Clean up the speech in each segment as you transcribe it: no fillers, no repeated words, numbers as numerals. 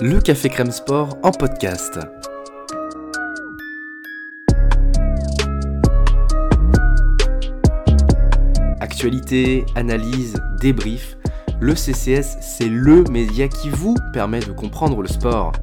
Le Café Crème Sport en podcast. Actualité, analyse, débrief, le CCS, c'est le média qui vous permet de comprendre le sport.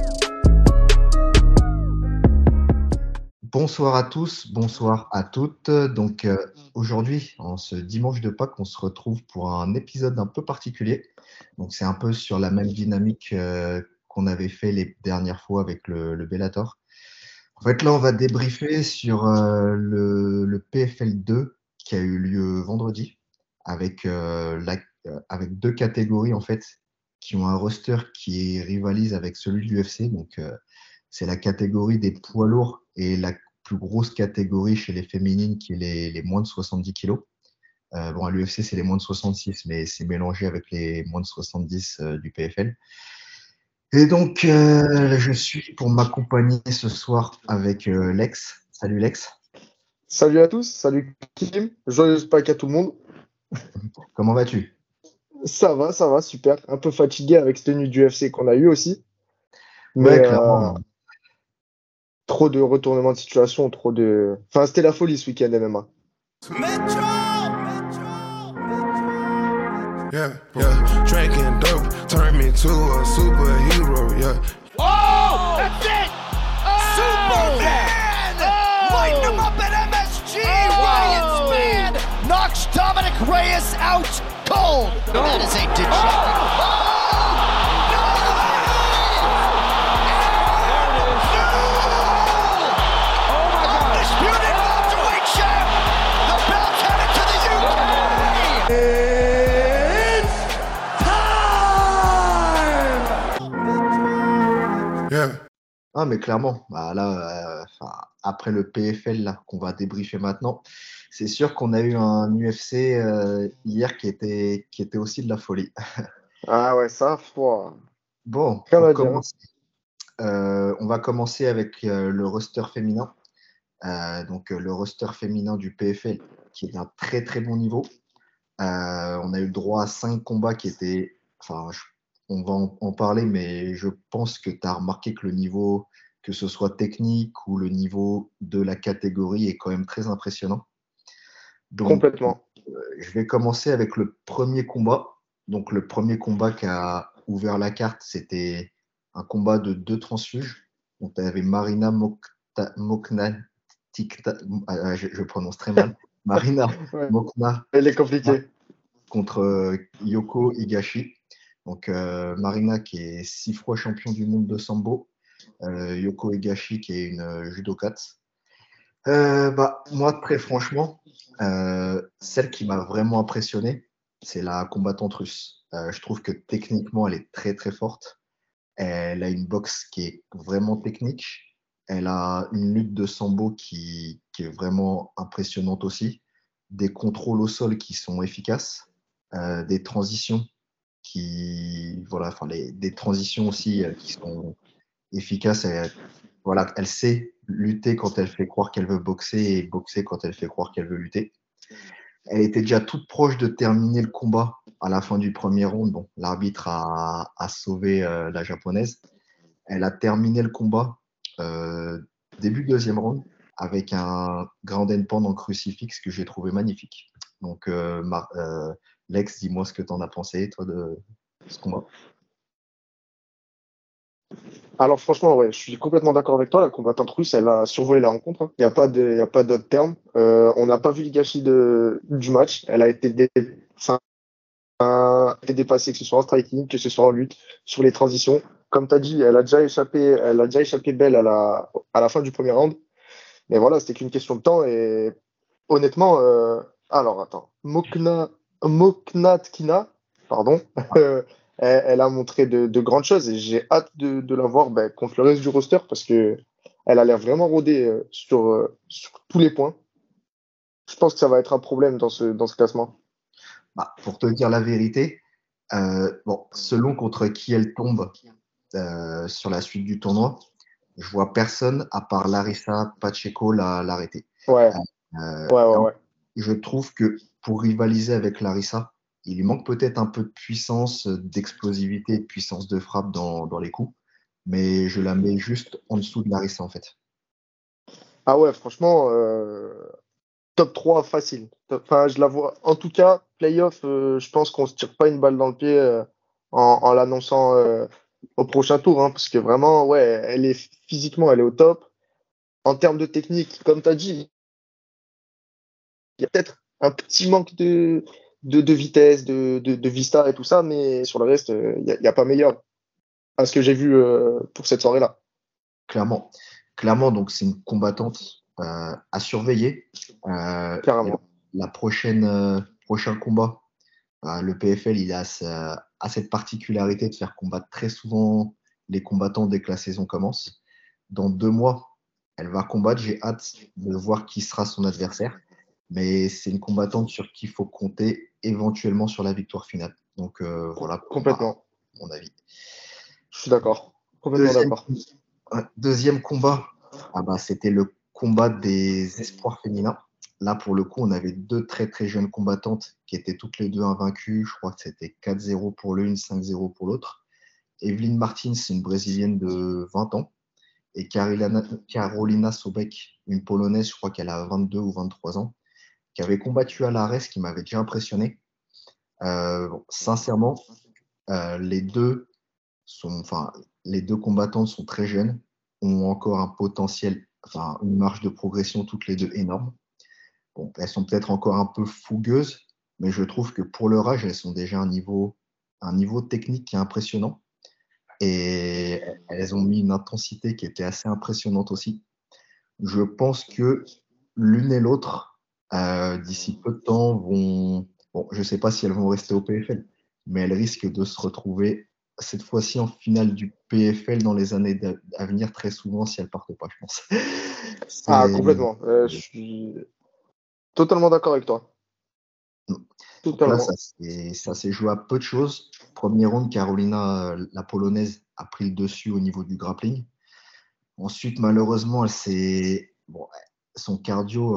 Bonsoir à tous, bonsoir à toutes. Donc aujourd'hui, en ce dimanche de Pâques, on se retrouve pour un épisode un peu particulier. Donc c'est un peu sur la même dynamique qu'on avait fait les dernières fois avec le Bellator. En fait, là, on va débriefer sur le PFL 2 qui a eu lieu vendredi avec, avec deux catégories en fait qui ont un roster qui rivalise avec celui de l'UFC. Donc c'est la catégorie des poids lourds et la plus grosse catégorie chez les féminines qui est les moins de 70 kilos. Bon, à l'UFC, c'est les moins de 66, mais c'est mélangé avec les moins de 70 du PFL. Et donc, je suis pour m'accompagner ce soir avec Lex. Salut Lex. Salut à tous, salut Kim, joyeuse Pâques à tout le monde. Comment vas-tu? Ça va, super. Un peu fatigué avec cette tenue du UFC qu'on a eu aussi. Ouais, Mais clairement. trop de retournements de situation, Enfin, c'était la folie ce week-end MMA. Yeah, drinking dope turned me to a superhero, yeah. Oh, that's it! Oh, Superman! Lighten him up at MSG! Ryan Spann knocks Dominic Reyes out cold. That is a degenerate. Undisputed welterweight champ! The belt's headed to the UK! Yeah. Ah, mais clairement, bah là, après le PFL là, qu'on va débriefer maintenant, c'est sûr qu'on a eu un UFC hier qui était aussi de la folie. Ah ouais, ça, faut... Bon, Rien à pour dire. commencer, on va commencer avec le roster féminin. Donc, le roster féminin du PFL qui est d'un très très bon niveau. On a eu le droit à 5 combats qui étaient. Enfin, on va en parler, mais je pense que tu as remarqué que le niveau, que ce soit technique ou le niveau de la catégorie, est quand même très impressionnant. Donc, Complètement. je vais commencer avec le premier combat. Donc, le premier combat qui a ouvert la carte, c'était un combat de 2 transfuges. Donc, tu avais Marina je prononce très mal. Marina Ouais. Mokna Elle est compliquée. contre Yoko Higashi. Donc Marina qui est 6 fois champion du monde de sambo, Yoko Higashi qui est une judokate. Moi, très franchement, celle qui m'a vraiment impressionné, c'est la combattante russe. Je trouve que techniquement, elle est très très forte. Elle a une boxe qui est vraiment technique. Elle a une lutte de sambo qui est vraiment impressionnante aussi. Des contrôles au sol qui sont efficaces. Des transitions des transitions aussi qui sont efficaces. Elle sait lutter quand elle fait croire qu'elle veut boxer et boxer quand elle fait croire qu'elle veut lutter. Elle était déjà toute proche de terminer le combat à la fin du premier round. Bon, l'arbitre a sauvé la japonaise. Elle a terminé le combat début deuxième round avec un ground and pound en crucifix que j'ai trouvé magnifique. Donc, Lex, dis-moi ce que tu en as pensé, toi, de ce combat. Alors franchement, ouais, je suis complètement d'accord avec toi. La combattante russe, elle a survolé la rencontre. Il n'y a pas d'autre terme. On n'a pas vu Higashi du match. Elle a été dépassée, que ce soit en striking, que ce soit en lutte, sur les transitions. Comme tu as dit, elle a déjà échappé belle à la fin du premier round. Mais voilà, c'était qu'une question de temps. Et honnêtement, alors attends, Moknatkina, pardon, elle a montré de grandes choses et j'ai hâte de la voir contre le reste du roster parce que elle a l'air vraiment rodée sur tous les points. Je pense que ça va être un problème dans ce classement. Pour te dire la vérité, selon contre qui elle tombe sur la suite du tournoi, je vois personne à part Larissa Pacheco l'arrêter. Ouais. Euh, Ouais. Je trouve que pour rivaliser avec Larissa, Il lui manque peut-être un peu de puissance, d'explosivité, de puissance de frappe dans les coups. Mais je la mets juste en dessous de Larissa, en fait. Ah ouais, franchement, top 3 facile. Enfin, je la vois. En tout cas, playoff, je pense qu'on se tire pas une balle dans le pied en l'annonçant au prochain tour, hein, parce que vraiment, ouais, elle est physiquement, elle est au top. En termes de technique, comme tu as dit, il y a peut-être un petit manque de vitesse, de vista et tout ça, mais sur le reste, il y a pas meilleur à ce que j'ai vu pour cette soirée-là. Clairement. Clairement, donc c'est une combattante à surveiller. Et Carrément. la prochain combat, le PFL, il a cette particularité de faire combattre très souvent les combattants dès que la saison commence. Dans 2 mois, elle va combattre. J'ai hâte de voir qui sera son adversaire. Mais c'est une combattante sur qui il faut compter éventuellement sur la victoire finale. Donc voilà pour Complètement. mon avis. Je suis d'accord. Complètement Deuxième, d'accord. deuxième combat, c'était le combat des espoirs féminins. Là, pour le coup, on avait 2 très très jeunes combattantes qui étaient toutes les 2 invaincues. Je crois que c'était 4-0 pour l'une, 5-0 pour l'autre. Evelyn Martins, c'est une Brésilienne de 20 ans. Et Carolina Sobek, une Polonaise, je crois qu'elle a 22 ou 23 ans, qui avait combattu à l'ARES, qui m'avait déjà impressionné. Sincèrement, les deux combattantes sont très jeunes, ont encore un potentiel, une marge de progression toutes les deux énorme. Bon, elles sont peut-être encore un peu fougueuses, mais je trouve que pour leur âge, elles sont déjà à un niveau technique qui est impressionnant. Et elles ont mis une intensité qui était assez impressionnante aussi. Je pense que l'une et l'autre, d'ici peu de temps, vont. Bon, je ne sais pas si elles vont rester au PFL, mais elles risquent de se retrouver cette fois-ci en finale du PFL dans les années à venir très souvent si elles ne partent pas, je pense. Ah, C'est... complètement. Je suis totalement d'accord avec toi. Donc là, Totalement. ça s'est joué à peu de choses. Premier round, Carolina, la Polonaise, a pris le dessus au niveau du grappling. Ensuite, malheureusement, son cardio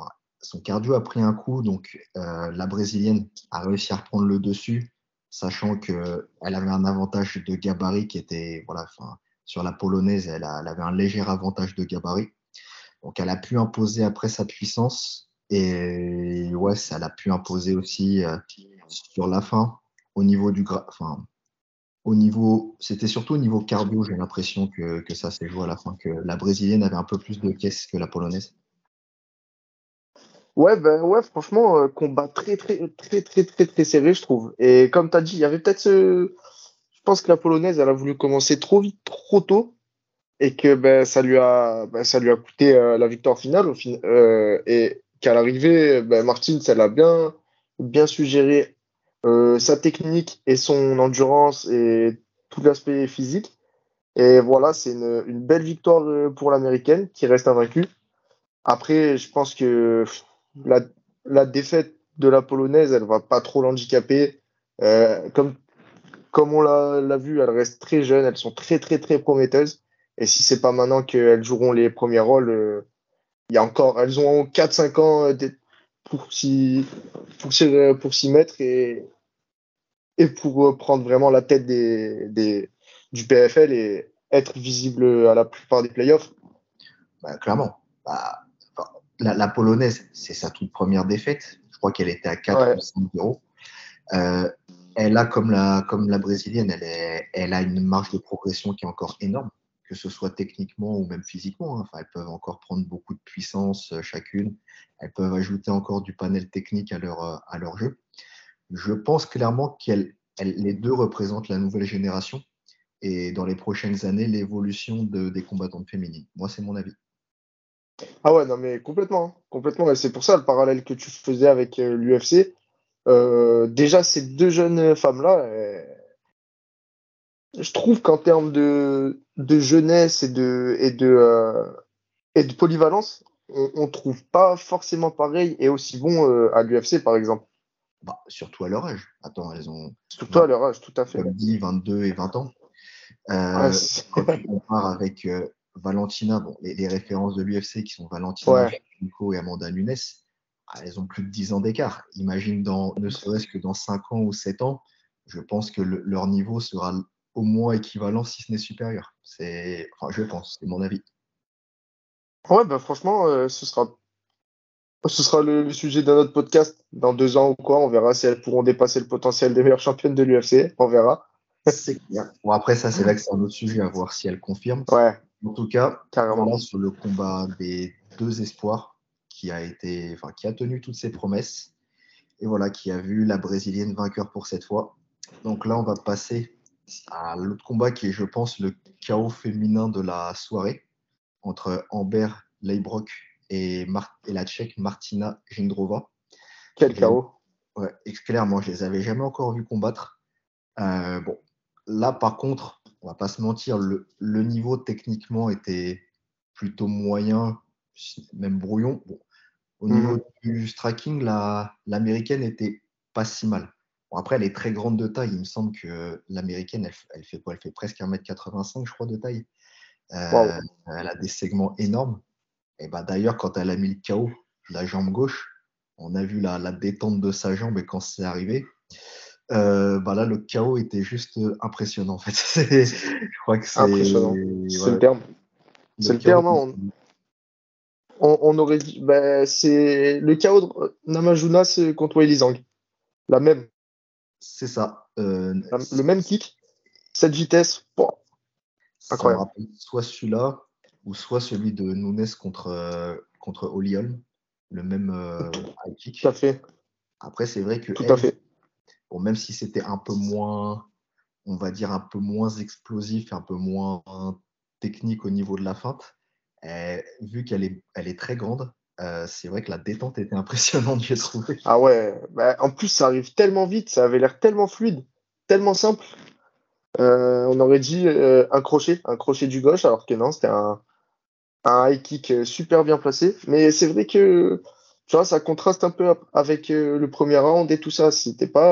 a pris un coup. Donc, la Brésilienne a réussi à reprendre le dessus, sachant qu'elle avait un avantage de gabarit qui était, sur la Polonaise, elle avait un léger avantage de gabarit. Donc, elle a pu imposer après sa puissance. Et ouais, ça l'a pu imposer aussi sur la fin, au niveau c'était surtout au niveau cardio, j'ai l'impression que ça s'est joué à la fin, que la Brésilienne avait un peu plus de caisse que la Polonaise. Ouais, ben ouais, franchement, combat très, très, très, très, très, très serré, je trouve. Et comme tu as dit, il y avait peut-être ce. Je pense que la Polonaise, elle a voulu commencer trop vite, trop tôt, et que ça lui a coûté la victoire finale. Et qu'à l'arrivée, Martins, elle a bien, bien suggéré sa technique et son endurance et tout l'aspect physique. Et voilà, c'est une belle victoire pour l'Américaine qui reste invaincue. Après, je pense que la, la défaite de la Polonaise, elle va pas trop l'handicaper. Comme on l'a vu, elles restent très jeunes, elles sont très, très, très prometteuses. Et si c'est pas maintenant qu'elles joueront les premiers rôles, il y a encore, elles ont 4-5 ans pour s'y mettre et pour prendre vraiment la tête du PFL et être visible à la plupart des playoffs. Clairement. La Polonaise, c'est sa toute première défaite. Je crois qu'elle était à 4 Ouais. ou 5-0. Elle a, comme la Brésilienne, elle a une marge de progression qui est encore énorme, que ce soit techniquement ou même physiquement. Hein. Elles peuvent encore prendre beaucoup de puissance chacune. Elles peuvent ajouter encore du panel technique à leur jeu. Je pense clairement les deux représentent la nouvelle génération et dans les prochaines années, l'évolution des combattantes féminines. Moi, c'est mon avis. Ah ouais, non, mais complètement, hein. Complètement. Et c'est pour ça le parallèle que tu faisais avec l'UFC. Déjà, ces deux jeunes femmes-là, je trouve qu'en termes de jeunesse et de polyvalence, on trouve pas forcément pareil et aussi bon à l'UFC, par exemple. Surtout à leur âge. Attends, elles ont Surtout à leur âge, tout à fait. comme dit 22 et 20 ans. Ouais, Quand tu compares avec Valentina, les références de l'UFC qui sont Valentina ouais, Shevchenko et Amanda Nunes, elles ont plus de 10 ans d'écart. Imagine ne serait-ce que dans 5 ans ou 7 ans, je pense que leur niveau sera au moins équivalent, si ce n'est supérieur. Je pense, c'est mon avis. Ouais, bah franchement, ce sera le sujet d'un autre podcast dans 2 ans ou quoi. On verra si elles pourront dépasser le potentiel des meilleures championnes de l'UFC. On verra. C'est clair. Bon, après, ça, c'est vrai que c'est un autre sujet à voir si elles confirment. Ouais, En tout cas, carrément. voilà sur le combat des deux espoirs qui a tenu toutes ses promesses et voilà, qui a vu la Brésilienne vainqueur pour cette fois. Donc là, on va passer à l'autre combat qui est, je pense, le chaos féminin de la soirée entre Amber Leibrock et la Tchèque Martina Jindrova. Quel chaos. Ouais, clairement, je les avais jamais encore vus combattre. Bon, là, par contre, on va pas se mentir, le niveau techniquement était plutôt moyen, même brouillon. Bon, au niveau du striking, l'américaine était pas si mal. Bon, après, elle est très grande de taille. Il me semble que l'américaine, elle fait quoi? Elle fait presque 1m85, je crois, de taille. Wow. Elle a des segments énormes. Et bah, d'ailleurs, quand elle a mis le KO, la jambe gauche, on a vu la détente de sa jambe et quand c'est arrivé. Là, le chaos était juste impressionnant en fait. Je crois que c'est Impressionnant. C'est le terme. C'est le chaos. terme. Hein. On aurait dit, c'est le chaos de Namajunas contre Weili Zhang. La même. C'est ça. Le même kick, cette vitesse. Bon, ça me rappelle soit celui-là ou soit celui de Nunes contre Holly Holm. Le même high kick. Tout à fait. Après, c'est vrai que tout à fait. Bon, même si c'était un peu moins, on va dire un peu moins explosif, un peu moins technique au niveau de la feinte, vu qu'elle est très grande, c'est vrai que la détente était impressionnante, j'ai trouvé. Ah ouais, en plus ça arrive tellement vite, ça avait l'air tellement fluide, tellement simple. On aurait dit un crochet du gauche, alors que non, c'était un high kick super bien placé. Mais c'est vrai que tu vois, ça contraste un peu avec le premier round et tout ça.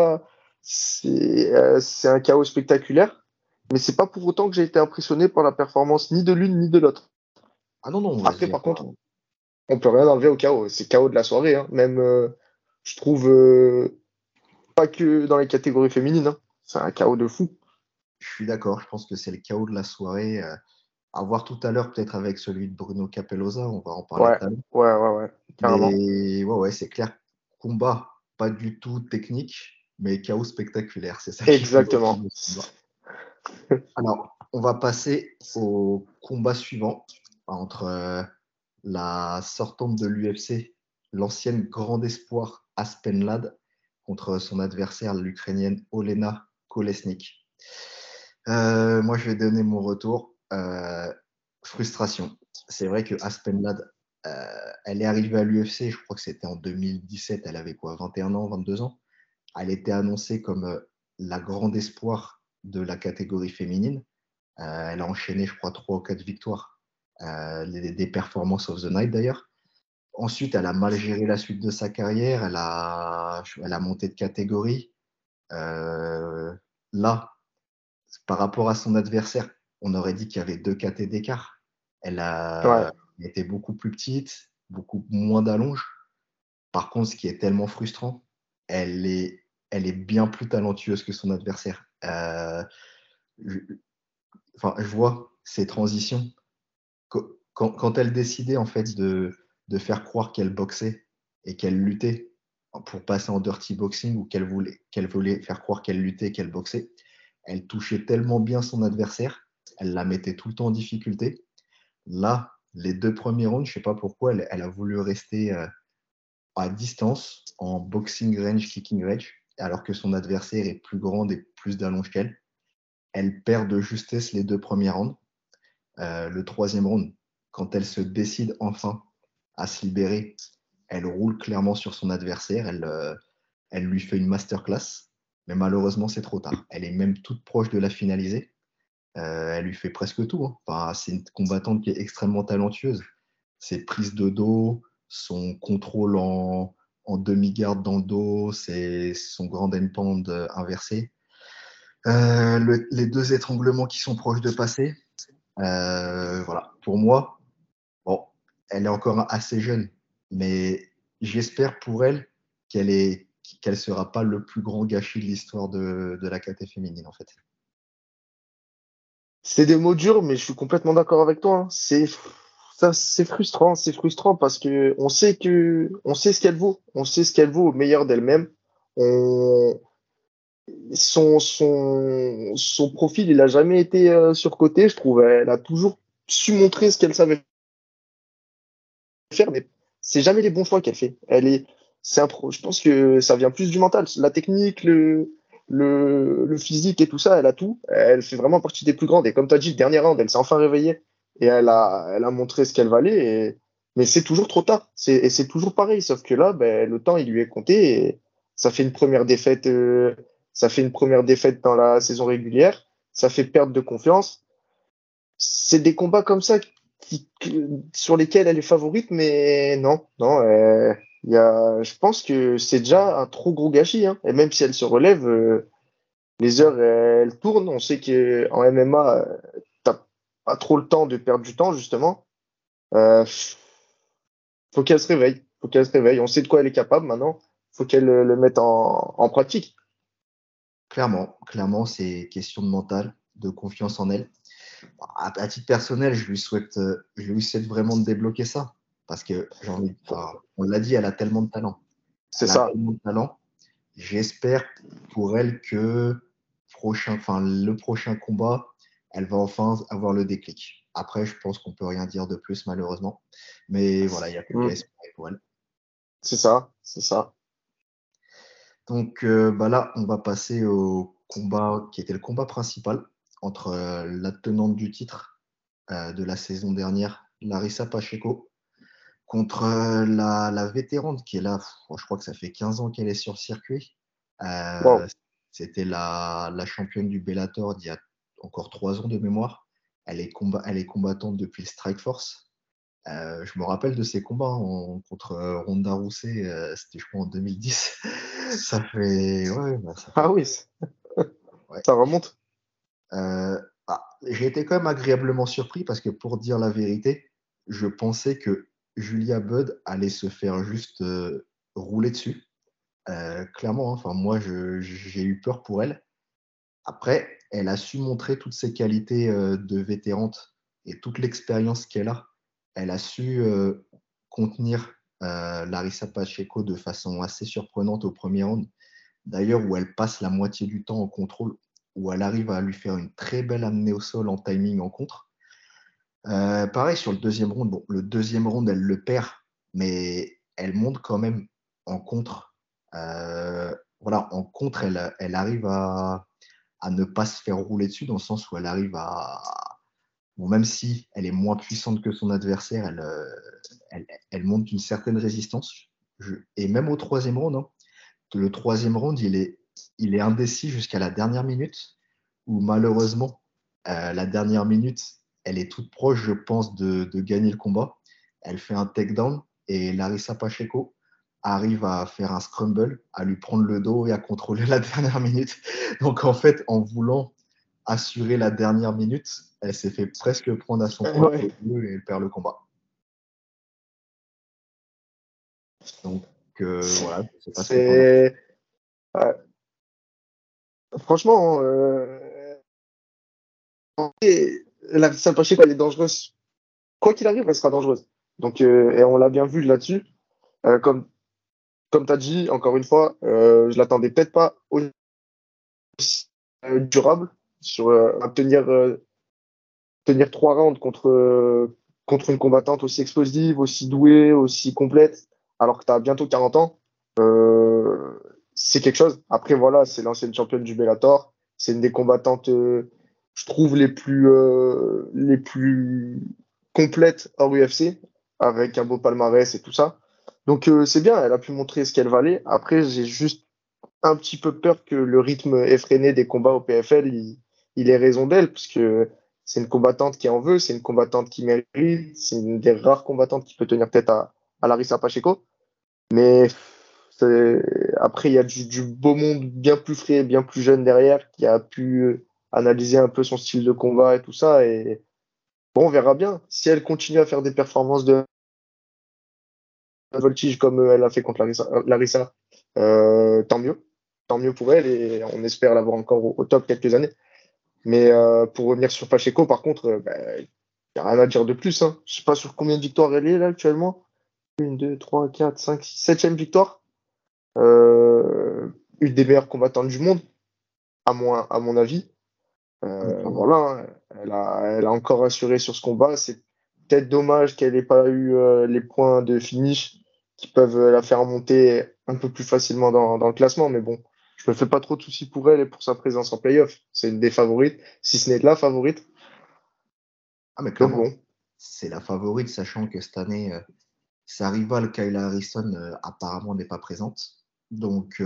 C'est un chaos spectaculaire, mais c'est pas pour autant que j'ai été impressionné par la performance ni de l'une ni de l'autre. Ah non, Après, par contre, on peut rien enlever au chaos. C'est chaos de la soirée, hein. Même, je trouve, pas que dans les catégories féminines, hein. C'est un chaos de fou. Je suis d'accord, je pense que c'est le chaos de la soirée. À voir tout à l'heure, peut-être avec celui de Bruno Capelloza, on va en parler tout à l'heure. Ouais, carrément. Mais ouais, c'est clair. Combat pas du tout technique, mais chaos spectaculaire. C'est ça qui Exactement. Alors, on va passer au combat suivant entre la sortante de l'UFC, l'ancienne grande espoir Aspen Ladd, contre son adversaire, l'Ukrainienne Olena Kolesnik. Moi, je vais donner mon retour. Frustration. C'est vrai que Aspen Ladd, elle est arrivée à l'UFC, je crois que c'était en 2017, elle avait quoi, 21 ans, 22 ans. Elle était annoncée comme la grande espoir de la catégorie féminine. Elle a enchaîné, je crois, 3 ou 4 victoires. Des performances of the night d'ailleurs. Ensuite, elle a mal géré la suite de sa carrière. Elle a monté de catégorie. Là, par rapport à son adversaire, on aurait dit qu'il y avait 2 KT d'écart. Elle était beaucoup plus petite, beaucoup moins d'allonge. Par contre, ce qui est tellement frustrant, elle est bien plus talentueuse que son adversaire. Je vois ses transitions. Quand elle décidait en fait de faire croire qu'elle boxait et qu'elle luttait pour passer en dirty boxing ou qu'elle voulait faire croire qu'elle luttait et qu'elle boxait, elle touchait tellement bien son adversaire, elle la mettait tout le temps en difficulté. Là, les 2 premiers rounds, je ne sais pas pourquoi, elle a voulu rester à distance en boxing range, kicking range, alors que son adversaire est plus grande et plus d'allonge qu'elle. Elle perd de justesse les 2 premiers rounds. Le 3e round, quand elle se décide enfin à se libérer, elle roule clairement sur son adversaire. Elle lui fait une masterclass, mais malheureusement, c'est trop tard. Elle est même toute proche de la finaliser. Elle lui fait presque tout. Hein. Enfin, c'est une combattante qui est extrêmement talentueuse. Ses prises de dos, son contrôle en demi-garde dans le dos, son grand end-pound inversé. Les 2 étranglements qui sont proches de passer. Voilà. Pour moi, bon, elle est encore assez jeune, mais j'espère pour elle qu'elle sera pas le plus grand gâchis de l'histoire de la KT féminine, en fait. C'est des mots durs, mais je suis complètement d'accord avec toi, hein. C'est frustrant parce que on sait ce qu'elle vaut, on sait ce qu'elle vaut au meilleur d'elle-même. On, son profil, il a jamais été surcoté, je trouve. Elle a toujours su montrer ce qu'elle savait faire, mais c'est jamais les bons choix qu'elle fait. Je pense que ça vient plus du mental, la technique, le physique et tout ça, elle a tout. Elle fait vraiment partie des plus grandes. Et comme tu as dit, le dernier round, elle s'est enfin réveillée et elle a montré ce qu'elle valait. Mais c'est toujours trop tard. Et c'est toujours pareil. Sauf que là, ben, le temps, il lui est compté et ça fait une première défaite, ça fait une première défaite dans la saison régulière. Ça fait perdre de confiance. C'est des combats comme ça sur lesquels elle est favorite, mais non. Je pense que c'est déjà un trop gros gâchis, hein. Et même si elle se relève, les heures, elles tournent. On sait qu'en MMA, t'as pas trop le temps de perdre du temps, justement. Euh, faut qu'elle se réveille. Faut qu'elle se réveille. On sait de quoi elle est capable maintenant. Faut qu'elle le mette en pratique. Clairement, c'est question de mental, de confiance en elle. À titre personnel, je lui souhaite vraiment de débloquer ça. Parce que on l'a dit, elle a tellement de talent. C'est Elle a ça. tellement de talent. J'espère pour elle que le prochain combat, elle va enfin avoir le déclic. Après, je pense qu'on peut rien dire de plus, malheureusement. Mais voilà, il n'y a plus qu'à espérer pour elle. C'est ça. C'est ça. Donc là, on va passer au combat qui était le combat principal entre la tenante du titre de la saison dernière, Larissa Pacheco, contre la vétérante qui est là. Je crois que ça fait 15 ans qu'elle est sur le circuit. Wow. C'était la championne du Bellator d'il y a encore 3 ans de mémoire. Elle est combattante depuis le Strikeforce. Je me rappelle de ses combats contre Ronda Rousey, c'était je crois en 2010. Ça fait... Ouais, Ah oui, ouais. ça remonte. J'ai été quand même agréablement surpris parce que pour dire la vérité, je pensais que Julia Budd allait se faire juste rouler dessus. Clairement, hein, enfin, moi, j'ai eu peur pour elle. Après, elle a su montrer toutes ses qualités de vétérante et toute l'expérience qu'elle a. Elle a su contenir Larissa Pacheco de façon assez surprenante au premier round. D'ailleurs, où elle passe la moitié du temps en contrôle, où elle arrive à lui faire une très belle amenée au sol en timing en contre. Pareil sur le deuxième round. Bon, le deuxième round, elle le perd, mais elle monte quand même en contre. En contre, elle arrive à ne pas se faire rouler dessus, dans le sens où elle arrive à... Bon, même si elle est moins puissante que son adversaire, elle monte une certaine résistance. Et même au troisième round, hein, le troisième round, il est indécis jusqu'à la dernière minute, où malheureusement, la dernière minute, elle est toute proche, je pense, de gagner le combat. Elle fait un takedown et Larissa Pacheco arrive à faire un scramble, à lui prendre le dos et à contrôler la dernière minute. Donc en fait, en voulant assurer la dernière minute, elle s'est fait presque prendre à son propre jeu et elle perd le combat. Donc voilà, je sais pas ce que Franchement, la Pacheco, elle est dangereuse. Quoi qu'il arrive, elle sera dangereuse. Donc, et on l'a bien vu là-dessus. Comme tu as dit, encore une fois, je l'attendais peut-être pas aussi durable sur tenir 3 rounds contre une combattante aussi explosive, aussi douée, aussi complète, alors que tu as bientôt 40 ans. C'est quelque chose. Après, voilà, c'est l'ancienne championne du Bellator. C'est une des combattantes, je trouve, les plus complètes hors UFC, avec un beau palmarès et tout ça. Donc, c'est bien, elle a pu montrer ce qu'elle valait. Après, j'ai juste un petit peu peur que le rythme effréné des combats au PFL, il ait raison d'elle, parce que c'est une combattante qui en veut, c'est une combattante qui mérite, c'est une des rares combattantes qui peut tenir tête à Larissa Pacheco. Mais après, il y a du beau monde bien plus frais, bien plus jeune derrière, qui a pu analyser un peu son style de combat et tout ça. Et bon, on verra bien. Si elle continue à faire des performances de voltige comme elle a fait contre Larissa, tant mieux. Tant mieux pour elle et on espère l'avoir encore au top quelques années. Mais pour revenir sur Pacheco, par contre, il n'y a rien à dire de plus. Hein. Je ne sais pas sur combien de victoires elle est là actuellement. 1, 2, 3, 4, 5, 6, 7e victoire. Une des meilleures combattantes du monde, à mon avis. Voilà, hein. Elle a encore assuré sur ce combat. C'est peut-être dommage qu'elle n'ait pas eu les points de finish qui peuvent la faire monter un peu plus facilement dans le classement. Mais bon, je me fais pas trop de soucis pour elle et pour sa présence en playoff. C'est une des favorites, si ce n'est la favorite. Ah, mais Donc clairement, bon, c'est la favorite, sachant que cette année, sa rivale Kayla Harrison apparemment n'est pas présente. Donc,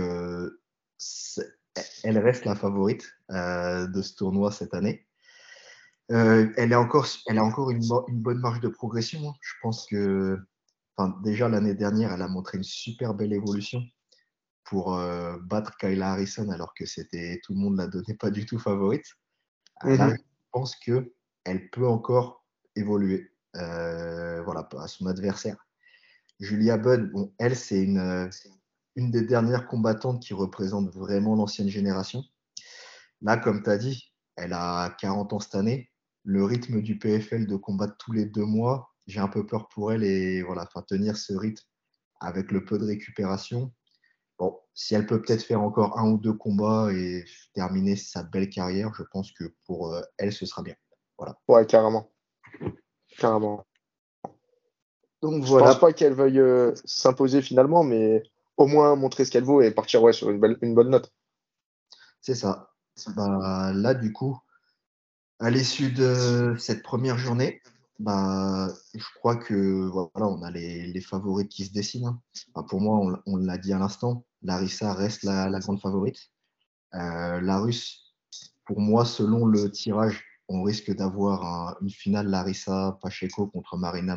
elle reste la favorite de ce tournoi cette année. Elle a encore une bonne marge de progression. Hein. Je pense que déjà l'année dernière, elle a montré une super belle évolution pour battre Kayla Harrison alors que tout le monde la donnait pas du tout favorite. Là, je pense qu'elle peut encore évoluer voilà, à son adversaire. Julia Budd, bon, elle, c'est une des dernières combattantes qui représente vraiment l'ancienne génération. Là, comme tu as dit, elle a 40 ans cette année. Le rythme du PFL de combattre tous les 2 mois, j'ai un peu peur pour elle et voilà, tenir ce rythme avec le peu de récupération. Bon, si elle peut peut-être faire encore 1 ou 2 combats et terminer sa belle carrière, je pense que pour elle, ce sera bien. Voilà. ouais, carrément. Carrément. Donc Je voilà. pense pas qu'elle veuille s'imposer finalement, mais au moins montrer ce qu'elle vaut et partir sur une bonne note. C'est ça. Là, du coup, à l'issue de cette première journée, je crois que voilà, on a les favoris qui se dessinent. Hein. Pour moi, on l'a dit à l'instant, Larissa reste la grande favorite. La Russe, pour moi, selon le tirage, on risque d'avoir une finale Larissa-Pacheco contre Marina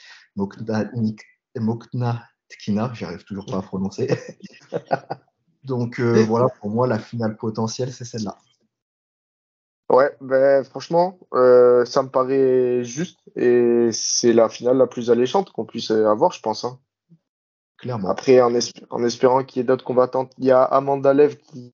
Moknatkina. J'arrive toujours pas à prononcer. Donc voilà, pour moi, la finale potentielle, c'est celle-là. Ouais, franchement, ça me paraît juste et c'est la finale la plus alléchante qu'on puisse avoir, je pense. Hein. Clairement. Après, en espérant qu'il y ait d'autres combattantes, il y a Amanda Lev qui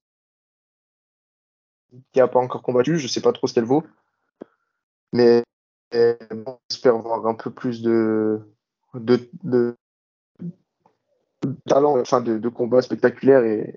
a pas encore combattu, je sais pas trop ce qu'elle vaut, mais bon, j'espère voir un peu plus de talent, enfin de combats spectaculaires et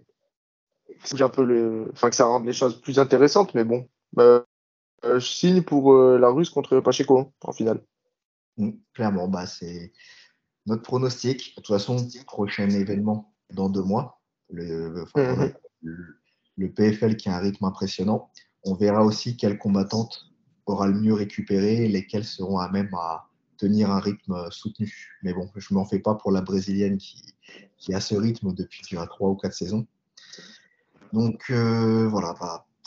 que ça rende les choses plus intéressantes, mais bon. Je signe pour la Russe contre Pacheco en finale. Clairement, c'est notre pronostic. De toute façon, prochain événement dans 2 mois. Le PFL qui a un rythme impressionnant. On verra aussi quelle combattante aura le mieux récupéré et lesquelles seront à même à tenir un rythme soutenu. Mais bon, je ne m'en fais pas pour la Brésilienne qui a ce rythme depuis 3 ou 4 saisons. Donc voilà,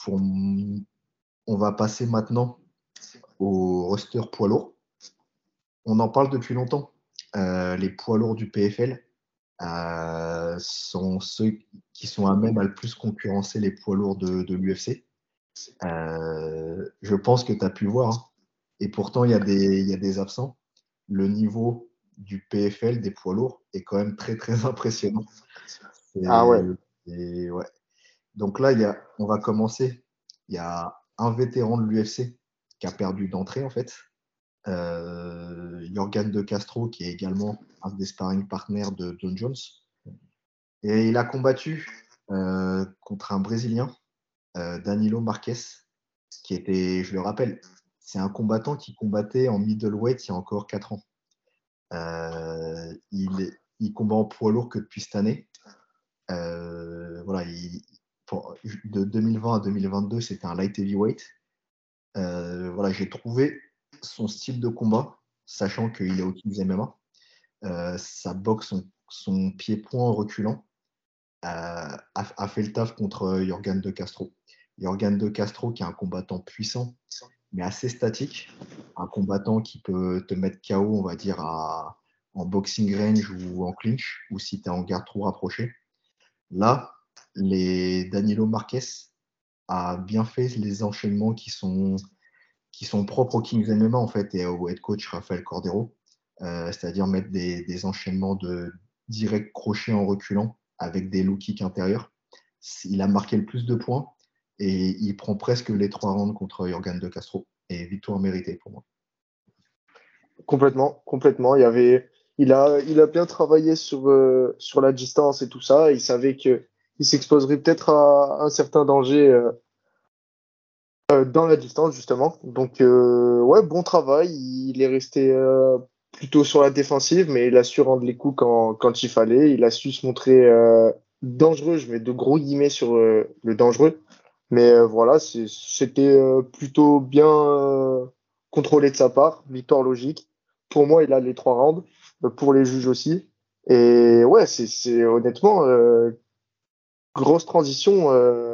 on va passer maintenant au roster poids lourd. On en parle depuis longtemps. Les poids lourds du PFL sont ceux qui sont à même à le plus concurrencer les poids lourds de l'UFC. Je pense que tu as pu voir, hein. Et pourtant il y a des absents. Le niveau du PFL des poids lourds est quand même très très impressionnant. Ah ouais. Ouais. Donc là, on va commencer. Il y a un vétéran de l'UFC qui a perdu d'entrée en fait. Yorgan De Castro, qui est également un des sparring partners de John Jones. Et il a combattu contre un Brésilien, Danilo Marques, qui était, je le rappelle, c'est un combattant qui combattait en middleweight il y a encore 4 ans. Il combat en poids lourd que depuis cette année. Voilà, de 2020 à 2022, c'était un light heavyweight. Voilà, j'ai trouvé son style de combat, sachant qu'il est au-dessus MMA. Sa boxe, son pied-point en reculant, a fait le taf contre Yorgan De Castro. Yorgan De Castro, qui est un combattant puissant, mais assez statique. Un combattant qui peut te mettre KO, on va dire, en boxing range ou en clinch, ou si tu es en garde trop rapproché. Là, Danilo Marques a bien fait les enchaînements qui sont propres au Kings MMA en fait et au head coach Rafael Cordero. c'est-à-dire mettre des enchaînements de direct crochet en reculant avec des low kicks intérieurs. Il a marqué le plus de points et il prend presque les 3 rounds contre Yorgan De Castro. Et victoire méritée pour moi. Complètement, complètement. Il a bien travaillé sur la distance et tout ça. Il savait qu'il s'exposerait peut-être à un certain danger dans la distance, justement. Donc, ouais, bon travail. Il est resté plutôt sur la défensive, mais il a su rendre les coups quand il fallait. Il a su se montrer dangereux. Je mets de gros guillemets sur le dangereux. Mais voilà, c'était plutôt bien contrôlé de sa part. Victoire logique. Pour moi, il a les 3 rounds. Pour les juges aussi. Et ouais, c'est honnêtement grosse transition.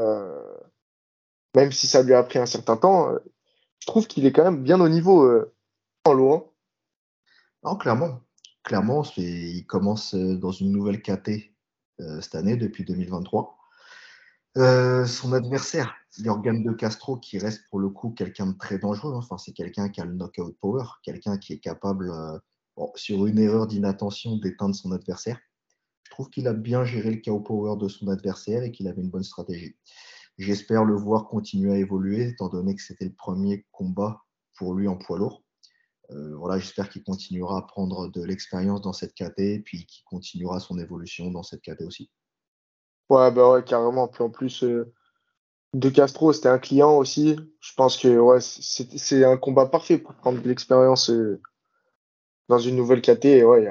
Même si ça lui a pris un certain temps, je trouve qu'il est quand même bien au niveau en loin. Non, clairement. Clairement, il commence dans une nouvelle KT cette année, depuis 2023. Son adversaire, Yorgan De Castro, qui reste pour le coup quelqu'un de très dangereux. Enfin, c'est quelqu'un qui a le knockout power, quelqu'un qui est capable, sur une erreur d'inattention, d'éteindre son adversaire. Je trouve qu'il a bien géré le KO power de son adversaire et qu'il avait une bonne stratégie. J'espère le voir continuer à évoluer, étant donné que c'était le premier combat pour lui en poids lourd. Voilà, j'espère qu'il continuera à prendre de l'expérience dans cette KT, puis qu'il continuera son évolution dans cette KT aussi. Ouais, bah ouais, carrément. Puis en plus, De Castro, c'était un client aussi. Je pense que ouais, c'est un combat parfait pour prendre de l'expérience dans une nouvelle KT. Et ouais,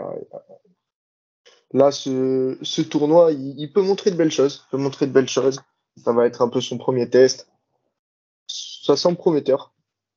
là, ce tournoi, il peut montrer de belles choses. Il peut montrer de belles choses. Ça va être un peu son premier test. Ça semble prometteur.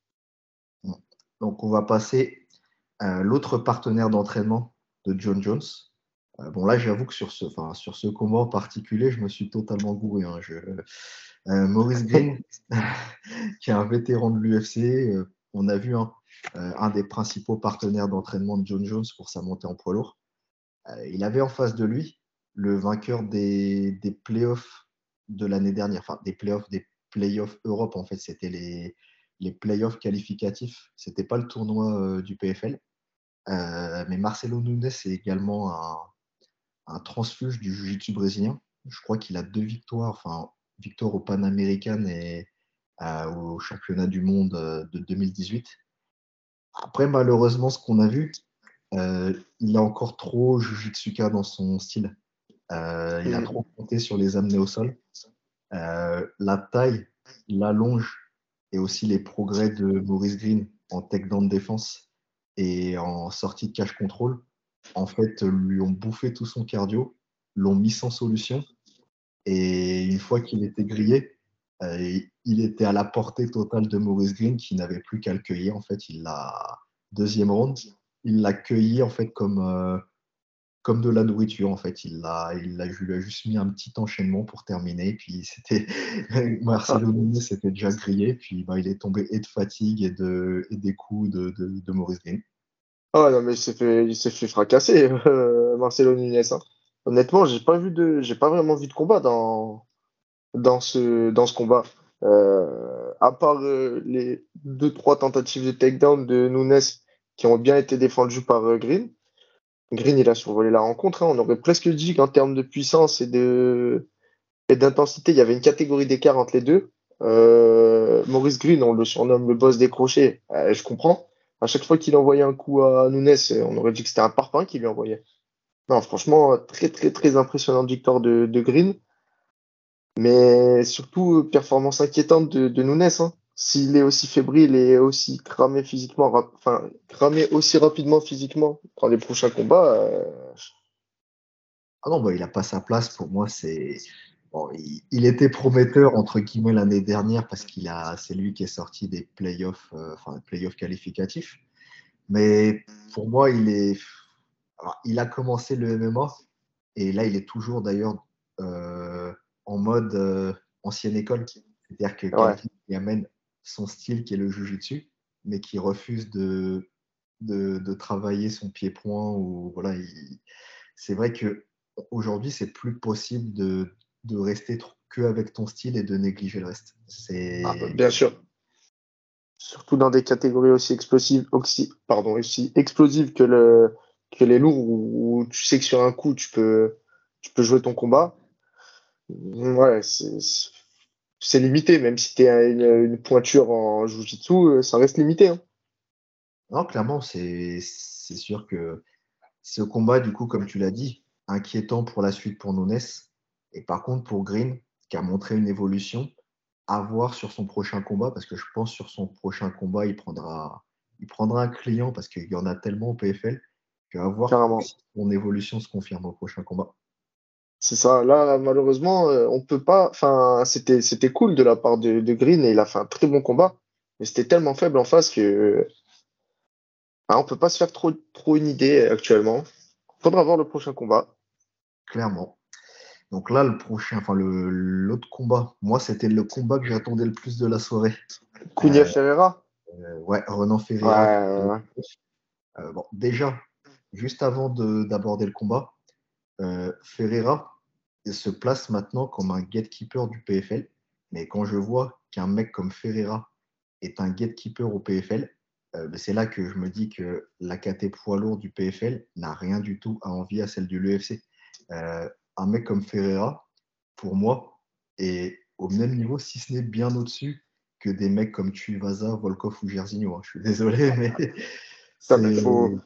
Donc, on va passer à l'autre partenaire d'entraînement de John Jones. Bon, là, j'avoue que sur ce combat en particulier, je me suis totalement gouré. Maurice Green, qui est un vétéran de l'UFC, on a vu un des principaux partenaires d'entraînement de John Jones pour sa montée en poids lourd. Il avait en face de lui le vainqueur des playoffs de l'année dernière, enfin des playoffs Europe en fait, c'était les playoffs qualificatifs, c'était pas le tournoi du PFL. Mais Marcelo Nunes est également un transfuge du jiu-jitsu brésilien. Je crois qu'il a 2 victoires, enfin victoire au Pan-American et au championnat du monde de 2018. Après, malheureusement, ce qu'on a vu, il a encore trop Jujutsuka dans son style. Il a trop compté sur les amener au sol. La taille, l'allonge et aussi les progrès de Maurice Green en takedown de défense et en sortie de cage contrôle, en fait, lui ont bouffé tout son cardio, l'ont mis sans solution. Et une fois qu'il était grillé, il était à la portée totale de Maurice Green qui n'avait plus qu'à le cueillir. En fait, deuxième round, il l'a cueilli en fait comme de la nourriture. En fait, il lui a juste mis un petit enchaînement pour terminer. Puis c'était Marcelo Nunes s'était déjà grillé. Puis il est tombé et de fatigue et des coups de Maurice Green. Ah non, mais il s'est fait fracasser, Marcelo Nunes. Hein. Honnêtement, j'ai pas vraiment vu de combat dans ce combat. À part les 2-3 tentatives de takedown de Nunes qui ont bien été défendues par Green. Green, il a survolé la rencontre. Hein. On aurait presque dit qu'en termes de puissance et d'intensité, il y avait une catégorie d'écart entre les deux. Maurice Green, on le surnomme le boss des crochets. Je comprends. À chaque fois qu'il envoyait un coup à Nunes, on aurait dit que c'était un parpaing qu'il lui envoyait. Non, franchement, très, très, très impressionnante victoire de Green. Mais surtout, performance inquiétante de Nunes. Hein. S'il est aussi fébrile et aussi cramé physiquement, cramé aussi rapidement physiquement dans les prochains combats. Ah non, il n'a pas sa place. Pour moi, bon, il était prometteur entre guillemets l'année dernière parce c'est lui qui est sorti des playoffs, playoffs qualificatifs. Mais pour moi, il a commencé le MMA et là, il est toujours d'ailleurs en mode ancienne école. C'est-à-dire que quelqu'un qui amène son style qui est le jiu-jitsu, mais qui refuse de travailler son pied-point. Ou, voilà, c'est vrai qu'aujourd'hui, c'est plus possible de rester qu'avec ton style et de négliger le reste. Bien sûr. Surtout dans des catégories aussi aussi explosives que les lourds où tu sais que sur un coup, tu peux jouer ton combat. Ouais, c'est limité, même si tu es une pointure en jiu-jitsu, ça reste limité, hein. Non, clairement, c'est sûr que ce combat, du coup, comme tu l'as dit, inquiétant pour la suite pour Nunes. Et par contre, pour Green, qui a montré une évolution, à voir sur son prochain combat, parce que je pense sur son prochain combat, il prendra un client, parce qu'il y en a tellement au PFL, qu'à voir Carrément. si son évolution se confirme au prochain combat. C'est ça. Là, malheureusement, on peut pas. Enfin, c'était cool de la part de Green et il a fait un très bon combat. Mais c'était tellement faible en face que on peut pas se faire trop une idée actuellement. Faudra voir le prochain combat. Clairement. Donc là, le prochain, enfin l'autre combat, moi, c'était le combat que j'attendais le plus de la soirée. Cunha Ferreira. Ouais, Renan Ouais, Ferreira. ouais. Bon, déjà, juste avant d'aborder le combat, Ferreira se place maintenant comme un gatekeeper du PFL. Mais quand je vois qu'un mec comme Ferreira est un gatekeeper au PFL, c'est là que je me dis que la KT poids lourd du PFL n'a rien du tout à envier à celle de l'UFC. Un mec comme Ferreira, pour moi, est au même niveau, si ce n'est bien au-dessus que des mecs comme Tuivasa, Volkov ou Jairzinho, hein. Je suis désolé, mais Ça, mais c'est...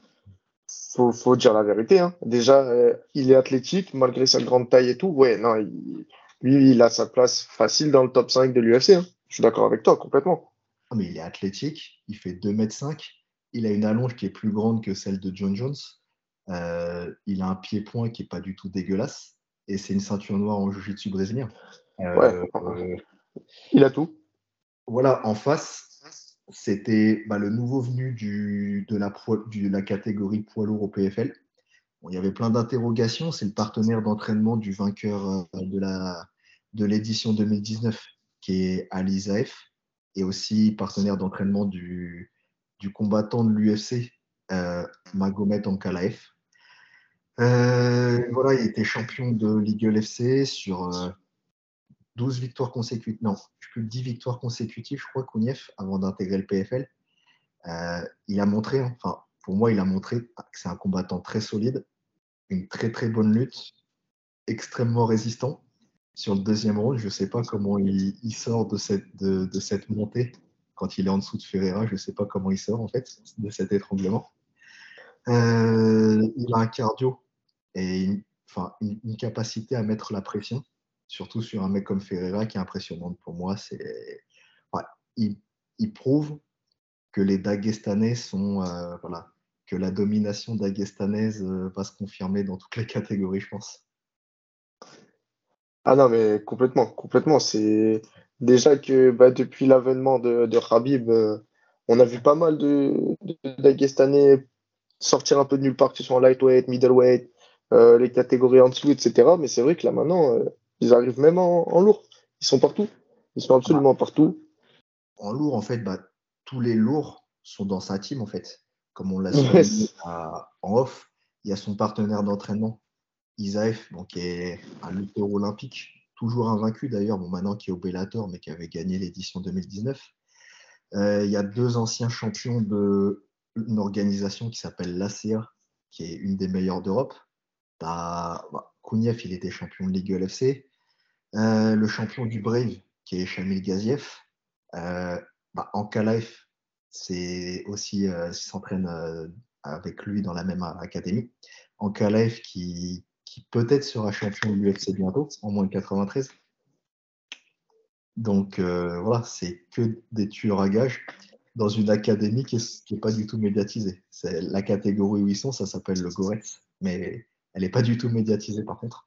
faut dire la vérité, hein. Déjà, il est athlétique, malgré sa grande taille et tout. Ouais, non, lui, il a sa place facile dans le top 5 de l'UFC, hein. Je suis d'accord avec toi, complètement. Ah, mais il est athlétique, il fait 2,5 m, il a une allonge qui est plus grande que celle de John Jones, il a un pied-point qui n'est pas du tout dégueulasse, et c'est une ceinture noire en jiu-jitsu brésilien. Ouais, il a tout. Voilà, en face, c'était le nouveau venu de la catégorie poids lourd au PFL. Bon, il y avait plein d'interrogations, c'est le partenaire d'entraînement du vainqueur de l'édition 2019, qui est Ali Zaef, et aussi partenaire d'entraînement du combattant de l'UFC, Magomed Ankalaev. Voilà, il était champion de Ligue FC sur 12 victoires consécutives, non, plus de 10 victoires consécutives, je crois, Kouniev, avant d'intégrer le PFL. Il a montré, enfin, pour moi, il a montré que c'est un combattant très solide, une très très bonne lutte, extrêmement résistant. Sur le deuxième round, je ne sais pas comment il sort de cette montée. Quand il est en dessous de Ferreira, je ne sais pas comment il sort en fait de cet étranglement. Il a un cardio et une capacité à mettre la pression, surtout sur un mec comme Ferreira qui est impressionnante pour moi. Il prouve que les Dagestanais sont que la domination dagestanaise va se confirmer dans toutes les catégories, je pense. Ah non, mais complètement. C'est déjà que depuis l'avènement de Khabib, on a vu pas mal de Dagestanais sortir un peu de nulle part, que ce soit en lightweight, middleweight, les catégories en dessous, etc. Mais c'est vrai que là maintenant, ils arrivent même en lourd. Ils sont partout. Ils sont absolument partout. En lourd, en fait, tous les lourds sont dans sa team, en fait. Comme on l'a Ouais, souligné en off, il y a son partenaire d'entraînement, Isaef, qui est un lutteur olympique, toujours invaincu d'ailleurs, maintenant qui est au Bellator, mais qui avait gagné l'édition 2019. Il y a 2 anciens champions d'une organisation qui s'appelle l'ACA, qui est une des meilleures d'Europe. Kouniev, il était champion de Ligue LFC. Le champion du Brave, qui est Shamil Gaziev. Ankalaev, c'est aussi s'entraîne avec lui dans la même académie. Ankalaev qui peut-être sera champion de l'UFC bientôt, en moins de 93. Donc voilà, c'est que des tueurs à gages dans une académie qui n'est pas du tout médiatisée. C'est la catégorie où ils sont, ça s'appelle le Goretz, mais elle n'est pas du tout médiatisée par contre.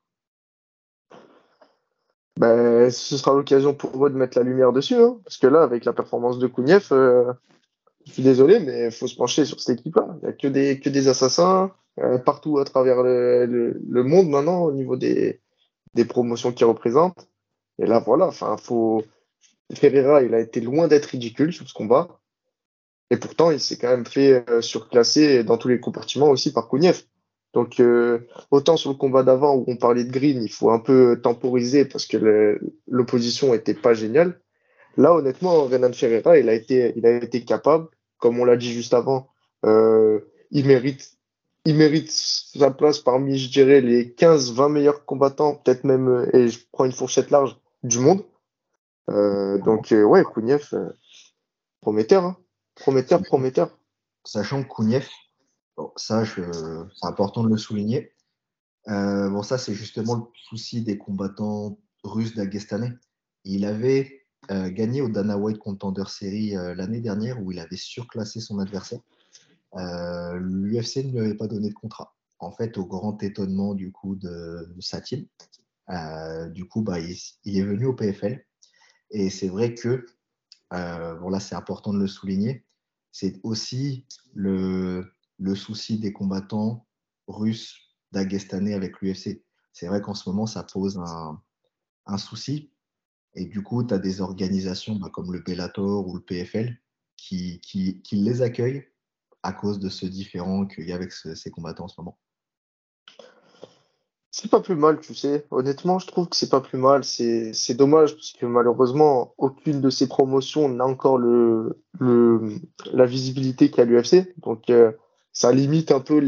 Ce sera l'occasion pour eux de mettre la lumière dessus, hein, parce que là, avec la performance de Kouniev, je suis désolé, mais il faut se pencher sur cette équipe-là. Il n'y a que des assassins partout à travers le monde maintenant au niveau des promotions qu'ils représentent. Et là, voilà, Ferreira, il a été loin d'être ridicule sur ce combat. Et pourtant, il s'est quand même fait surclasser dans tous les compartiments aussi par Kouniev. Donc, autant sur le combat d'avant où on parlait de Green, il faut un peu temporiser parce que l'opposition était pas géniale. Là, honnêtement, Renan Ferreira, il a été capable. Comme on l'a dit juste avant, il mérite, il mérite sa place parmi, je dirais, les 15-20 meilleurs combattants, peut-être même, et je prends une fourchette large, du monde. Ouais, Kouniev, prometteur, hein. Prometteur, Sachant, prometteur. sachant que Kouniev, bon, c'est important de le souligner. Bon, ça, c'est justement le souci des combattants russes dagestanais. Il avait gagné au Dana White Contender Series l'année dernière où il avait surclassé son adversaire. L'UFC ne lui avait pas donné de contrat. En fait, au grand étonnement du coup de sa team, du coup, il est venu au PFL. Et c'est vrai que, bon là, c'est important de le souligner, c'est aussi le souci des combattants russes dagestanais avec l'UFC. C'est vrai qu'en ce moment, ça pose un souci. Et du coup, tu as des organisations comme le Bellator ou le PFL qui les accueillent à cause de ce différend qu'il y a avec ces combattants en ce moment. C'est pas plus mal, tu sais. Honnêtement, je trouve que c'est pas plus mal. C'est dommage parce que malheureusement, aucune de ces promotions n'a encore la visibilité qu'a l'UFC. Donc, ça limite un peu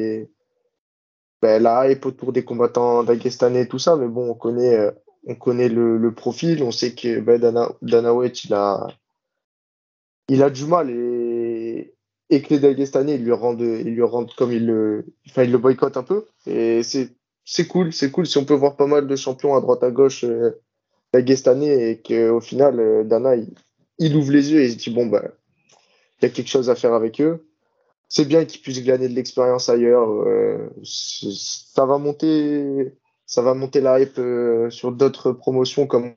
la hype autour des combattants dagestanais et tout ça. Mais bon, on connaît le profil. On sait que Dana White, il a du mal et que les Dagestanais, ils lui rendent comme ils le boycottent un peu. Et c'est cool si on peut voir pas mal de champions à droite à gauche Dagestanais et qu'au final, Dana, il ouvre les yeux et il se dit, bon, bah, il y a quelque chose à faire avec eux. C'est bien qu'ils puissent glaner de l'expérience ailleurs. Ça va monter la hype sur d'autres promotions comme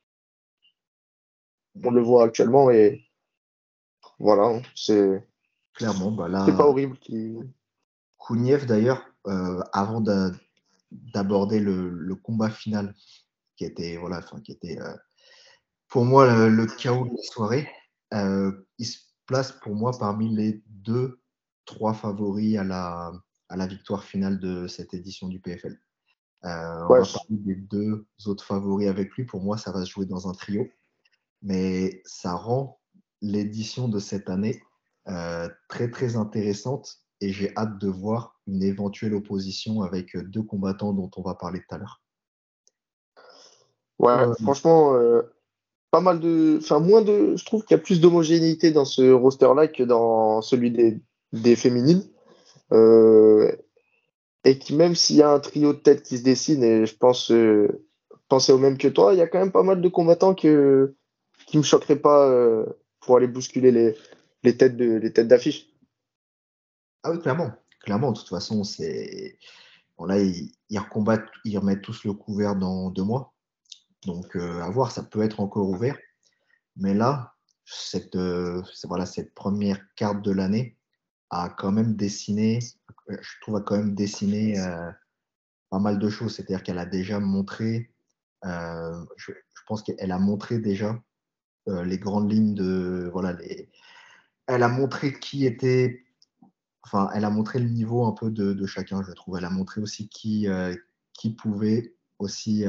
on le voit actuellement. Et voilà, hein, Clairement, c'est pas là, horrible Kouniev d'ailleurs, avant d'aborder le combat final, qui était, voilà, qui était pour moi le chaos de la soirée, il se place pour moi parmi les 2-3 favoris à la victoire finale de cette édition du PFL. On Ouais, va parler des 2 autres favoris avec lui. Pour moi, ça va se jouer dans un trio. Mais ça rend l'édition de cette année très, très intéressante. Et j'ai hâte de voir une éventuelle opposition avec 2 combattants dont on va parler tout à l'heure. ouais, Euh, franchement, pas mal je trouve qu'il y a plus d'homogénéité dans ce roster-là que dans celui des féminines. Euh, et qui, même s'il y a un trio de tête qui se dessine, et je pense penser au même que toi, il y a quand même pas mal de combattants qui me choqueraient pas pour aller bousculer les têtes d'affiche. ah oui, clairement. Clairement, de toute façon, bon, là, ils remettent tous le couvert dans 2 mois. Donc, à voir, ça peut être encore ouvert. Mais là, cette première carte de l'année a quand même dessiné, je trouve, a quand même dessiné pas mal de choses. C'est-à-dire qu'elle a déjà montré, je pense qu'elle a montré déjà les grandes lignes de, voilà, elle a montré qui était, enfin, elle a montré le niveau un peu de chacun, je trouve. Elle a montré aussi qui pouvait aussi,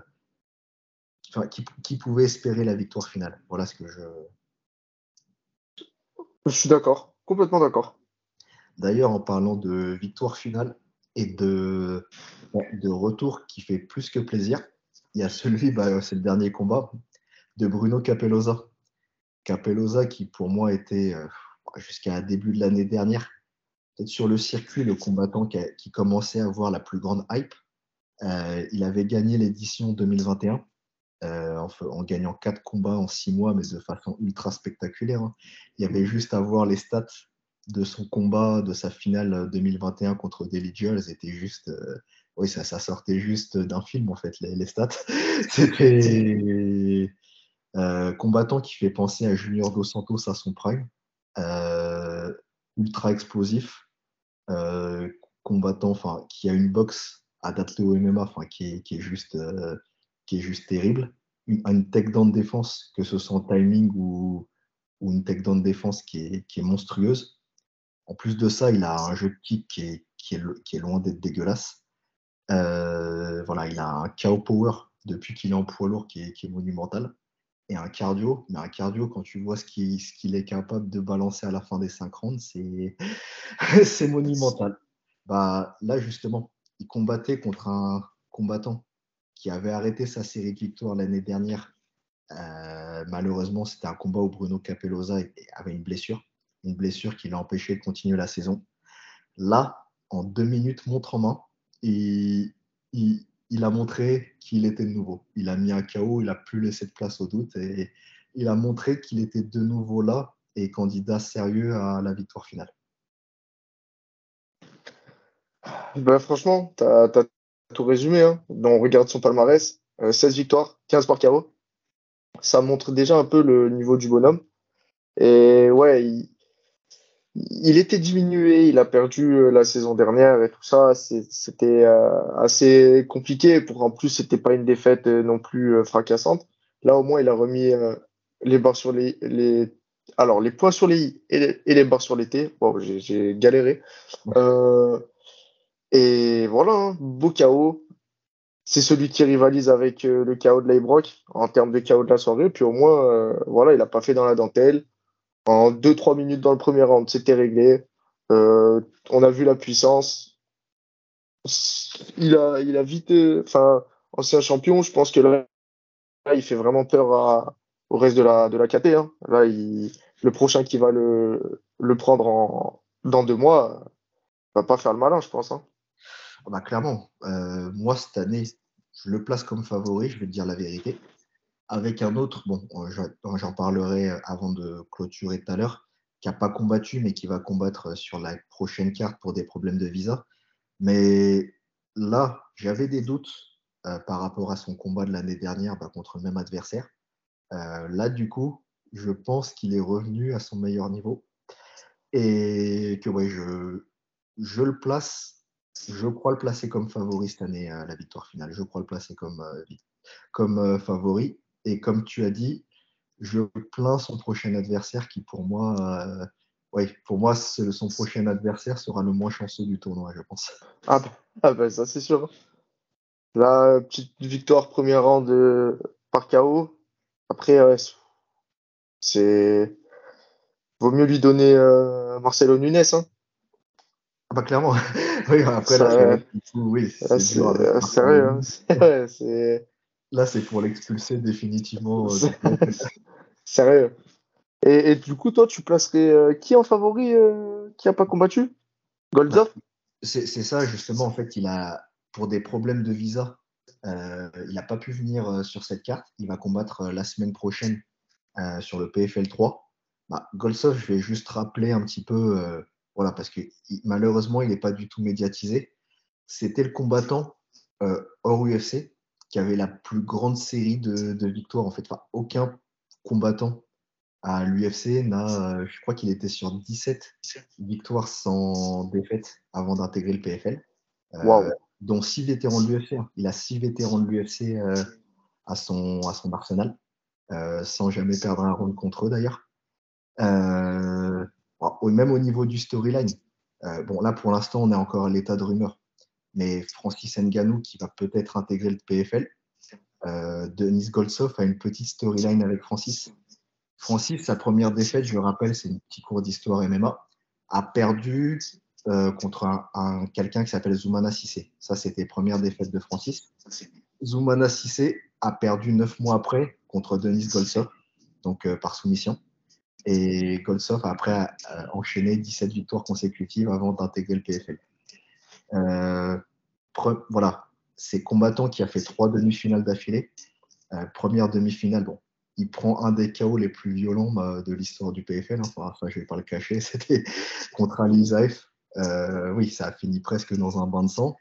qui pouvait espérer la victoire finale. Voilà ce que je. Je suis d'accord, complètement d'accord. D'ailleurs, en parlant de victoire finale et de retour qui fait plus que plaisir, il y a c'est le dernier combat de Bruno Capelloza. Capelloza qui, pour moi, était, jusqu'à début de l'année dernière, peut-être sur le circuit, le combattant qui commençait à avoir la plus grande hype. Il avait gagné l'édition 2021 en gagnant 4 combats en 6 mois, mais de façon ultra spectaculaire. Hein. Il y avait juste à voir les stats de son combat, de sa finale 2021 contre Delija. Elles étaient juste. Oui, ça sortait juste d'un film, en fait, les stats. C'était combattant qui fait penser à Junior Dos Santos à son prime. Ultra explosif. Combattant qui a une boxe adaptée au MMA qui est juste terrible. Une takedown de défense, que ce soit en timing ou une takedown de défense qui est monstrueuse. En plus de ça, il a un jeu de kick qui est loin d'être dégueulasse. Voilà, il a un KO power depuis qu'il est en poids lourd qui est monumental. et un cardio. Mais un cardio, quand tu vois ce qu'il est capable de balancer à la fin des 5 rounds, c'est c'est monumental. Bah, là, justement, il combattait contre un combattant qui avait arrêté sa série de victoires l'année dernière. Malheureusement, c'était un combat où Bruno Capellosa avait une blessure qui l'a empêché de continuer la saison. Là, en 2 minutes, montre en main, il a montré qu'il était de nouveau. Il a mis un KO, il n'a plus laissé de place au doute et il a montré qu'il était de nouveau là et candidat sérieux à la victoire finale. Bah, franchement, t'as tout résumé. Hein. On regarde son palmarès, 16 victoires, 15 par KO. Ça montre déjà un peu le niveau du bonhomme. Et ouais, il était diminué, il a perdu la saison dernière et tout ça. C'était assez compliqué. En plus, c'était pas une défaite non plus fracassante. Là, au moins, il a remis les barres sur alors, les points sur les i et les barres sur les t. Bon, j'ai galéré. Et voilà, hein, beau KO. C'est celui qui rivalise avec le KO de Leibrock en termes de KO de la soirée. Puis au moins, voilà, il a pas fait dans la dentelle. En 2-3 minutes dans le premier round, c'était réglé. On a vu la puissance. Il a vite. Enfin, ancien champion, je pense que là, il fait vraiment peur au reste de la KT. Hein. Là, le prochain qui va le prendre dans 2 mois va pas faire le malin, je pense. Hein. Bah, clairement, moi, cette année, je le place comme favori, je vais te dire la vérité. Avec un autre, bon, j'en parlerai avant de clôturer tout à l'heure, qui n'a pas combattu, mais qui va combattre sur la prochaine carte pour des problèmes de visa. Mais là, j'avais des doutes par rapport à son combat de l'année dernière contre le même adversaire. Là, du coup, je pense qu'il est revenu à son meilleur niveau et que ouais, je le place. Je crois le placer comme favori cette année à la victoire finale. Je crois le placer comme favori. Et comme tu as dit, je plains son prochain adversaire qui, pour moi, son prochain adversaire sera le moins chanceux du tournoi, je pense. Bah, ça, c'est sûr. La petite victoire premier round par KO. Après, vaut mieux lui donner Marcelo Nunes. Hein. Clairement. Oui, après, c'est dur avec sérieux. Hein. Là, c'est pour l'expulser définitivement. Sérieux. Et du coup, toi, tu placerais qui en favori qui n'a pas combattu? Goldzov? C'est ça, justement. En fait, pour des problèmes de visa, il n'a pas pu venir sur cette carte. Il va combattre la semaine prochaine sur le PFL 3. Goldzov, je vais juste rappeler un petit peu, voilà, parce que malheureusement, il n'est pas du tout médiatisé. C'était le combattant hors UFC qui avait la plus grande série de victoires. En fait, aucun combattant à l'UFC je crois qu'il était sur 17 victoires sans défaite avant d'intégrer le PFL, dont 6 vétérans de l'UFC. Hein. Il a 6 vétérans de l'UFC à son arsenal, sans jamais perdre un round contre eux d'ailleurs. Même au niveau du storyline, là pour l'instant on est encore à l'état de rumeur, mais Francis Ngannou qui va peut-être intégrer le PFL, Denis Goldzov a une petite storyline avec Francis. Francis, sa première défaite, je le rappelle, c'est une petite cours d'histoire MMA, a perdu contre quelqu'un qui s'appelle Zoumana Cissé. Ça, c'était première défaite de Francis. Zoumana Cissé a perdu 9 mois après contre Denis Goldzov, donc par soumission. Et Goldzov a après enchaîné 17 victoires consécutives avant d'intégrer le PFL. Voilà, c'est combattant qui a fait 3 demi-finales d'affilée. Première demi-finale, il prend un des KO les plus violents de l'histoire du PFL. Enfin, je ne vais pas le cacher, c'était contre Ali Zaev. Oui, ça a fini presque dans un bain de sang.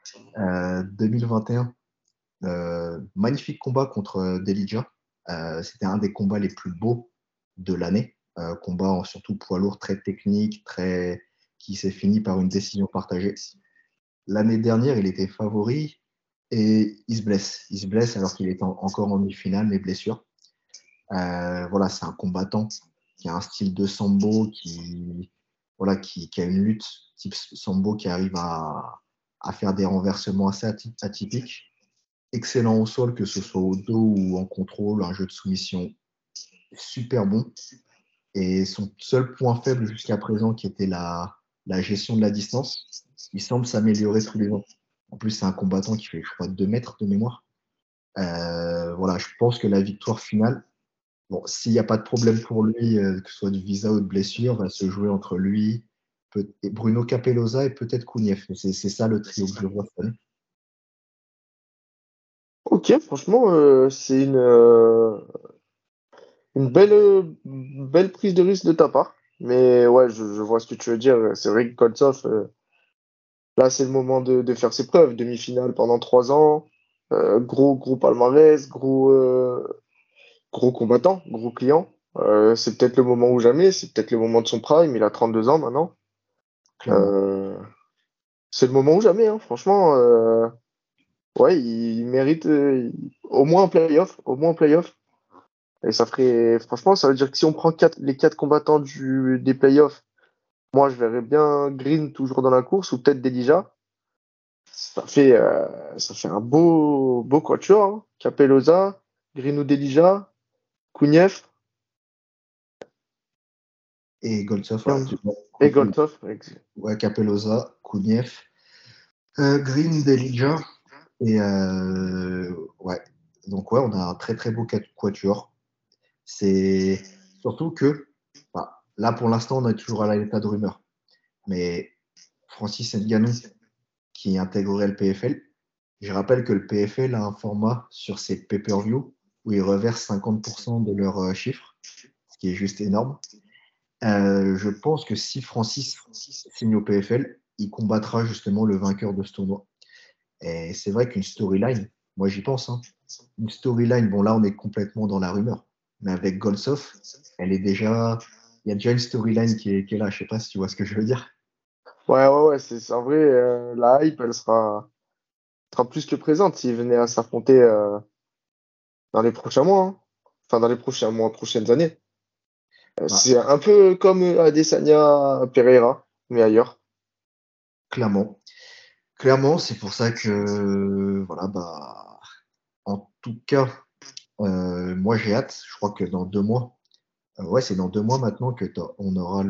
2021, magnifique combat contre Delija. C'était un des combats les plus beaux de l'année. Combat surtout poids lourd, très technique, qui s'est fini par une décision partagée. L'année dernière, il était favori et il se blesse. Il se blesse alors qu'il est encore en demi-finale, les blessures. C'est un combattant qui a un style de sambo, qui a une lutte type sambo, qui arrive à faire des renversements assez atypiques. Excellent au sol, que ce soit au dos ou en contrôle, un jeu de soumission super bon. Et son seul point faible jusqu'à présent, qui était la gestion de la distance, il semble s'améliorer tous les ans. En plus, c'est un combattant qui fait, je crois, 2 mètres de mémoire. Voilà, je pense que la victoire finale, bon, s'il n'y a pas de problème pour lui, que ce soit de visa ou de blessure, va se jouer entre lui, et Bruno Capelloza et peut-être Kouniev. C'est ça le trio que je vois cette année. Ok, franchement, c'est une belle prise de risque de ta part. Mais ouais, je vois ce que tu veux dire. C'est vrai que Goltsov, là, c'est le moment de faire ses preuves. Demi-finale pendant 3 ans, gros palmarès, gros combattant, gros client. C'est peut-être le moment ou jamais, c'est peut-être le moment de son prime. Il a 32 ans maintenant. Clairement. C'est le moment ou jamais, hein. Franchement, ouais, il mérite au moins un playoff, Et ça ferait, franchement, ça veut dire que si on prend les 4 combattants des playoffs, moi, je verrais bien Green toujours dans la course ou peut-être Delija. Ça fait un beau quatuor, hein. Capelloza, Green ou Delija, Kouniev Et Goltsov, et Goltsov. Ouais, Capelloza, Kouniev, Green, Delija. Et ouais. Donc, ouais, on a un très très beau quatuor. C'est surtout que, là pour l'instant, on est toujours à l'état de rumeur. Mais Francis Ngannou, qui intégrerait le PFL, je rappelle que le PFL a un format sur ses pay-per-view où ils reversent 50% de leurs chiffres, ce qui est juste énorme. Je pense que si Francis signe au PFL, il combattra justement le vainqueur de ce tournoi. Et c'est vrai qu'une storyline, moi j'y pense, hein. Une storyline, bon là on est complètement dans la rumeur, mais avec Goltsov, il y a déjà une storyline qui est là, je sais pas si tu vois ce que je veux dire. Ouais, c'est en vrai, la hype, elle sera plus que présente s'il venait à s'affronter dans les prochains mois, hein. Enfin, dans les prochains mois, prochaines années. C'est un peu comme Adesanya Pereira, mais ailleurs. Clairement, c'est pour ça que voilà, en tout cas, moi j'ai hâte. Je crois que dans 2 mois, c'est dans 2 mois maintenant que on aura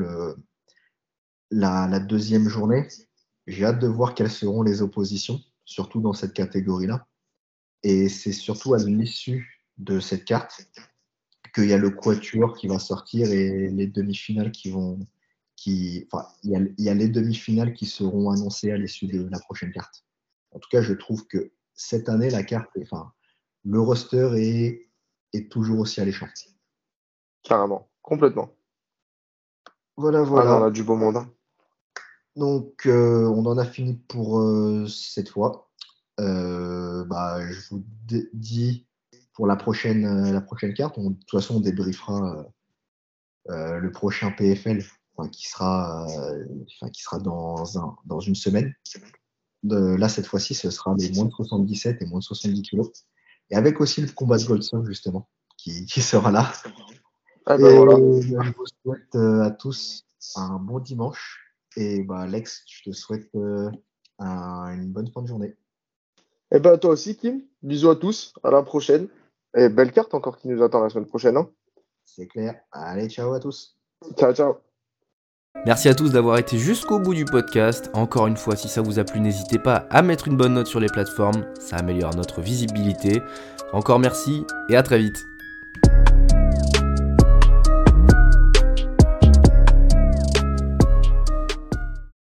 la deuxième journée. J'ai hâte de voir quelles seront les oppositions, surtout dans cette catégorie-là. Et c'est surtout à l'issue de cette carte qu'il y a le quatuor qui va sortir et les demi-finales il y a les demi-finales qui seront annoncées à l'issue de la prochaine carte. En tout cas, je trouve que cette année, le roster est toujours aussi alléchant. Carrément, complètement. Voilà. Ah non, on a du beau monde, hein. Donc, on en a fini pour cette fois. Je vous dis pour la prochaine carte. De toute façon, on débriefera le prochain PFL qui sera dans une semaine. Là, cette fois-ci, ce sera les moins de 77 et moins de 70 kilos. Et avec aussi le combat de Goltsov, justement, qui sera là. Voilà. Je vous souhaite à tous un bon dimanche. Et Alex, je te souhaite une bonne fin de journée. Et toi aussi, Kim. Bisous à tous. À la prochaine. Et belle carte encore qui nous attend la semaine prochaine, hein. C'est clair. Allez, ciao à tous. Ciao. Merci à tous d'avoir été jusqu'au bout du podcast. Encore une fois, si ça vous a plu, n'hésitez pas à mettre une bonne note sur les plateformes. Ça améliore notre visibilité. Encore merci et à très vite.